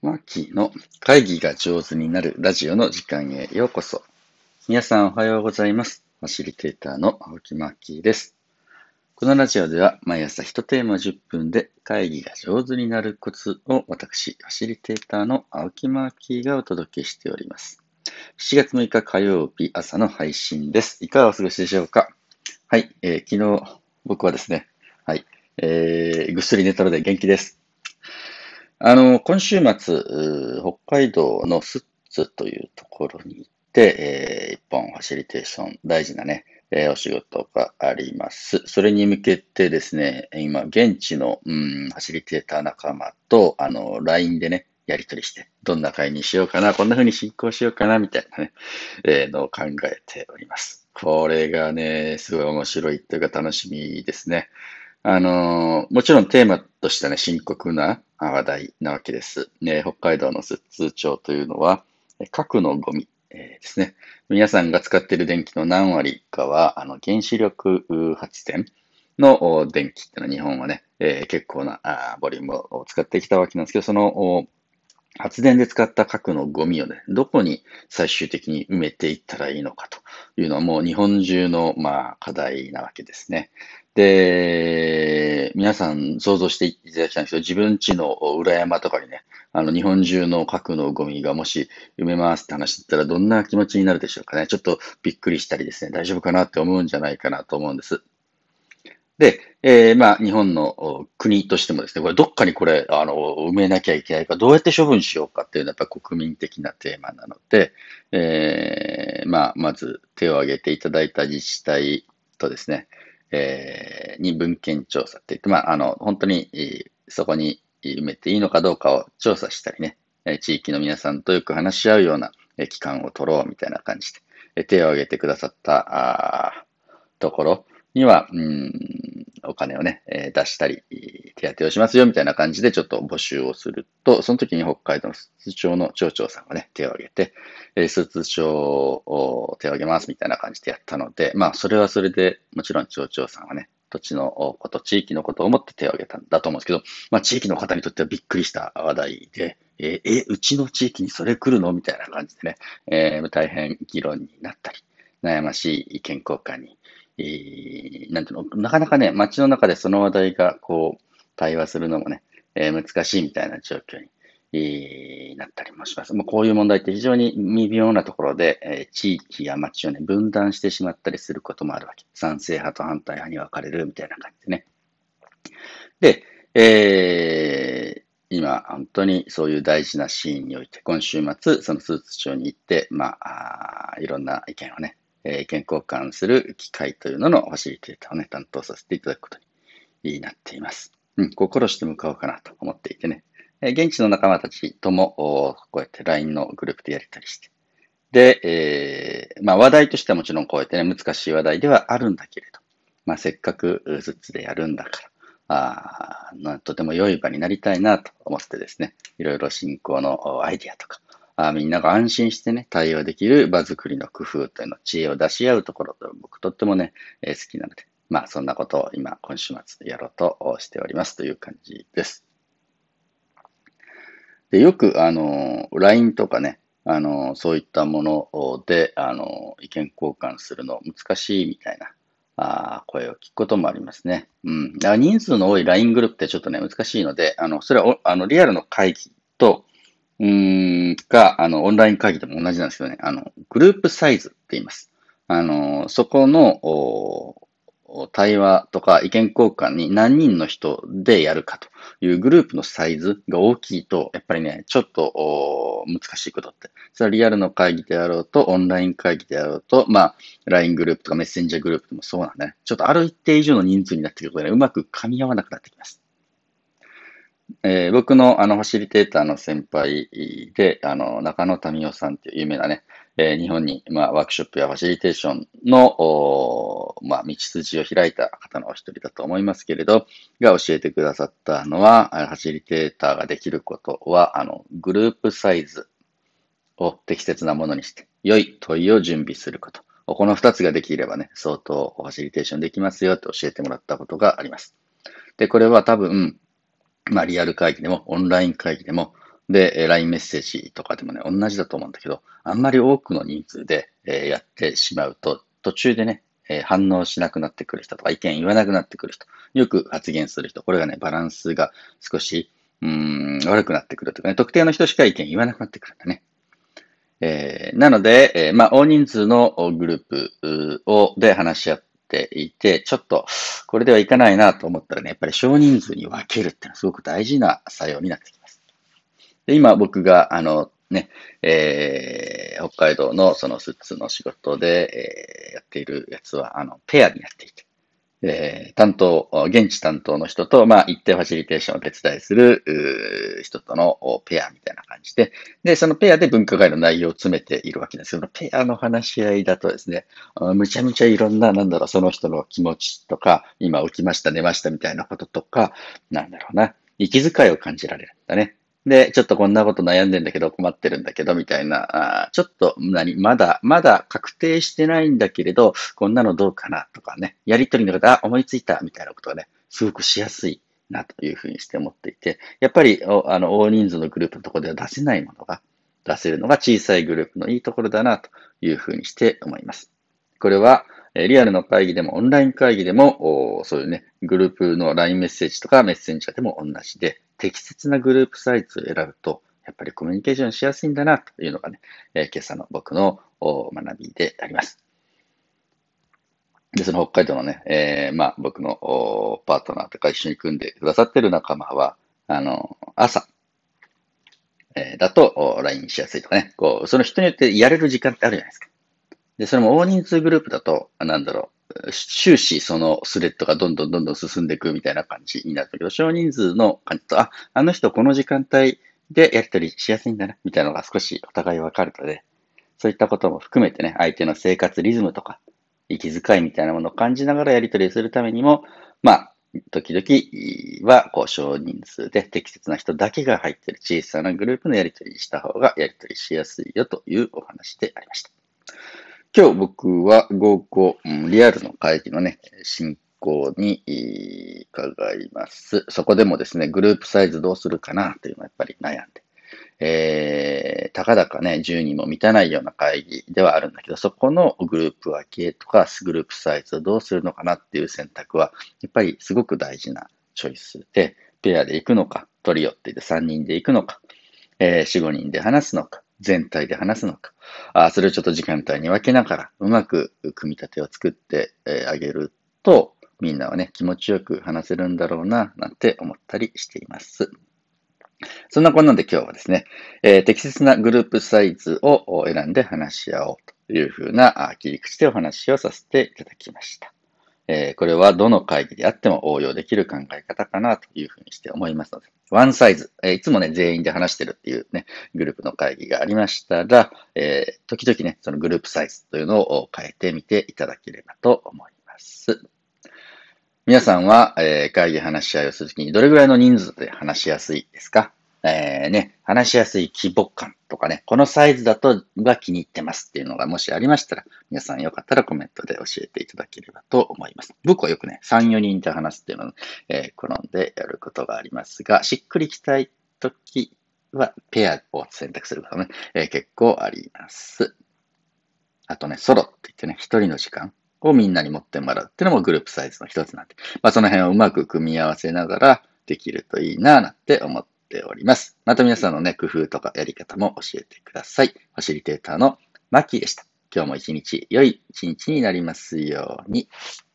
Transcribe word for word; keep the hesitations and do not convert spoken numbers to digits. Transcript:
マーキーの会議が上手になるラジオの時間へようこそ。皆さんおはようございます。ファシリテーターの青木マーキーです。このラジオでは毎朝一テーマじゅっぷんで会議が上手になるコツを私、ファシリテーターの青木マーキーがお届けしております。しちがつむいか火曜日朝の配信です。いかがお過ごしでしょうか？はい、えー昨日僕はですね、はい、えーぐっすり寝たので元気です。あの、今週末、うー北海道のスッツというところに行って、えー一本ファシリテーション、大事なね、えーお仕事があります。それに向けてですね、今、現地の、うん、ファシリテーター仲間と、あの、ライン でね、やり取りして、どんな会にしようかな、こんな風に進行しようかな、みたいなね、えーのを考えております。これがね、すごい面白いというか楽しみですね。あのーもちろんテーマとしてはね、深刻なあ話題なわけです。ね、北海道の寿通町というのは、え核のゴミ、えーですね。皆さんが使っている電気の何割かは、あの、原子力う発電のお電気っていうのは日本はね、えー結構なあーボリュームを使ってきたわけなんですけど、そのお発電で使った核のゴミをね、どこに最終的に埋めていったらいいのかというのはもう日本中の、まあ、課題なわけですね。で、皆さん想像していただきたいんですけど、自分家の裏山とかにね、あの日本中の核のゴミがもし埋めますって話だったらどんな気持ちになるでしょうかね。ちょっとびっくりしたりですね、大丈夫かなって思うんじゃないかなと思うんです。で、えーまあ、日本のお国としてもですね、これどっかにこれ、あの、埋めなきゃいけないか、どうやって処分しようかっていうのはやっぱ国民的なテーマなので、えーまあ、まず手を挙げていただいた自治体とですね、えーに文献調査って言って、まあ、あの、本当にえーそこに埋めていいのかどうかを調査したりね、えー地域の皆さんとよく話し合うようなえー期間を取ろうみたいな感じで、えー手を挙げてくださったあーところには、うん、お金をね、えー出したり、手当てをしますよみたいな感じでちょっと募集をすると、その時に北海道の寿都町の町長さんがね、手を挙げて、えー、寿都町を手を挙げますみたいな感じでやったので、まあ、それはそれで、もちろん町長さんはね、土地のこと、地域のことを思って手を挙げたんだと思うんですけど、まあ、地域の方にとってはびっくりした話題で、えーえ、うちの地域にそれ来るのみたいな感じでね、えー大変議論になったり、悩ましい意見交換にえーなんていうの、なかなかね、街の中でその話題がこう、対話するのもね、えー難しいみたいな状況に、えーなったりもします。もうこういう問題って非常に微妙なところで、えー地域や街をね、分断してしまったりすることもあるわけ。賛成派と反対派に分かれるみたいな感じでね。で、えー今、本当にそういう大事なシーンにおいて、今週末、そのスーツ町に行って、まあ、あーいろんな意見をね、えー意見交換する機会というののファシリテーターをね、担当させていただくことになっています。うん、心して向かおうかなと思っていてね。えー現地の仲間たちとも、おこうやって ライン のグループでやりたりして。で、えーまあ話題としてはもちろんこうやってね、難しい話題ではあるんだけれど、まあせっかくずつでやるんだから、あーとても良い場になりたいなと思ってですね、いろいろ進行のアイディアとか、あみんなが安心してね、対応できる場作りの工夫というの、知恵を出し合うところと僕とってもね、えー好きなので、まあそんなことを今、今週末やろうとしておりますという感じです。で、よく、あの、ライン とかね、あの、そういったもので、あの、意見交換するの難しいみたいな、あー声を聞くこともありますね。うん。だから人数の多い ライン グループってちょっとね、難しいので、あの、それはお、あの、リアルの会議と、うーん、か、あの、オンライン会議でも同じなんですけどね、あの、グループサイズって言います。あの、そこの、お対話とか意見交換に何人の人でやるかというグループのサイズが大きいと、やっぱりね、ちょっと難しいことって。それはリアルの会議であろうと、オンライン会議であろうと、まあ、ライン グループとかメッセンジャーグループでもそうなんだね。ちょっとある一定以上の人数になってくるとね、うまく噛み合わなくなってきます。えー僕のあのファシリテーターの先輩で、あの中野民夫さんっていう有名なね、えー日本に、まあ、ワークショップやファシリテーションの、おまあ、道筋を開いた方のお一人だと思いますけれど、が教えてくださったのは、ファシリテーターができることは、あの、グループサイズを適切なものにして、良い問いを準備すること。この二つができればね、相当ファシリテーションできますよって教えてもらったことがあります。で、これは多分、まあ、リアル会議でも、オンライン会議でも、 で、えー ライン メッセージとかでもね、同じだと思うんだけど、あんまり多くの人数で、えーやってしまうと、途中でね、えー反応しなくなってくる人とか、意見言わなくなってくる人、よく発言する人、これがね、バランスが少し、うーん、悪くなってくるというかね、特定の人しか意見言わなくなってくるんだね。えーなので、えーまあ、大人数のグループうをで話し合っていて、ちょっとこれではいかないなと思ったらね、やっぱり少人数に分けるっていうのはすごく大事な作用になってきます。で、今僕が、あのね、えー北海道のそのスーツの仕事で、えーやっているやつは、あの、ペアになっていて、えー担当、現地担当の人と、まあ、一定ファシリテーションを手伝いするうー人とのおペアみたいな感じで、で、そのペアで分科会の内容を詰めているわけですけど、ペアの話し合いだとですね、あむちゃむちゃいろんな、なんだろう、その人の気持ちとか、今起きました、寝ましたみたいなこととか、なんだろうな、息遣いを感じられるんだね。で、ちょっとこんなこと悩んでんだけど困ってるんだけど、みたいな、あーちょっと何、まだ、まだ確定してないんだけれど、こんなのどうかなとかね、やりとりの方、あ、思いついたみたいなことがね、すごくしやすいなというふうにして思っていて、やっぱり、おあの、大人数のグループのところでは出せないものが、出せるのが小さいグループのいいところだなというふうにして思います。これは、えリアルの会議でもオンライン会議でも、おそういうね、グループの ライン メッセージとかメッセンジャーでも同じで、適切なグループサイズを選ぶと、やっぱりコミュニケーションしやすいんだなというのがね、えー今朝の僕のお学びであります。で、その北海道のね、えーまあ僕のおパートナーとか一緒に組んでくださってる仲間は、あの、朝、えーだとお ライン しやすいとかね、こう、その人によってやれる時間ってあるじゃないですか。で、それも大人数グループだと、なんだろう、終始そのスレッドがどんどんどんどん進んでいくみたいな感じになるけど、少人数の感じと、あ、あの人この時間帯でやり取りしやすいんだな、みたいなのが少しお互い分かるので、そういったことも含めてね、相手の生活リズムとか、息遣いみたいなものを感じながらやり取りするためにも、まあ、時々は、こう、少人数で適切な人だけが入っている小さなグループのやり取りした方がやり取りしやすいよというお話でありました。今日僕は午後、うんリアルの会議のね、進行に伺います。そこでもですね、グループサイズどうするかなというのはやっぱり悩んで、えー、たかだかね、じゅうにんも満たないような会議ではあるんだけど、そこのグループ分けとか、グループサイズをどうするのかなっていう選択は、やっぱりすごく大事なチョイスで、ペアで行くのか、トリオって言ってさんにんで行くのか、えー、よん、ごにんで話すのか、全体で話すのか、あそれをちょっと時間帯に分けながら、うまく組み立てを作ってあげると、みんなはね、気持ちよく話せるんだろうな、なんて思ったりしています。そんなこんなんで今日はですね、えー適切なグループサイズを選んで話し合おうというふうなあ切り口でお話をさせていただきました。えーこれはどの会議であっても応用できる考え方かなというふうにして思いますので、ワンサイズ、えーいつもね、全員で話してるっていうね、グループの会議がありましたら、えー時々ね、そのグループサイズというのを変えてみていただければと思います。皆さんは、えー会議話し合いをするときにどれぐらいの人数で話しやすいですか？えーね、話しやすい規模感とかね、このサイズだとが気に入ってますっていうのがもしありましたら、皆さんよかったらコメントで教えていただければと思います。僕はよくね、さん、よにんで話すっていうのを、えー好んでやることがありますが、しっくりきたいときはペアを選択することね、えー結構あります。あとね、ソロって言ってね、一人の時間をみんなに持ってもらうっていうのもグループサイズの一つなんで、まあその辺をうまく組み合わせながらできるといいなぁなんて思っております。また皆さんのね、工夫とかやり方も教えてください。ファシリテーターのマッキーでした。今日も一日良い一日になりますように。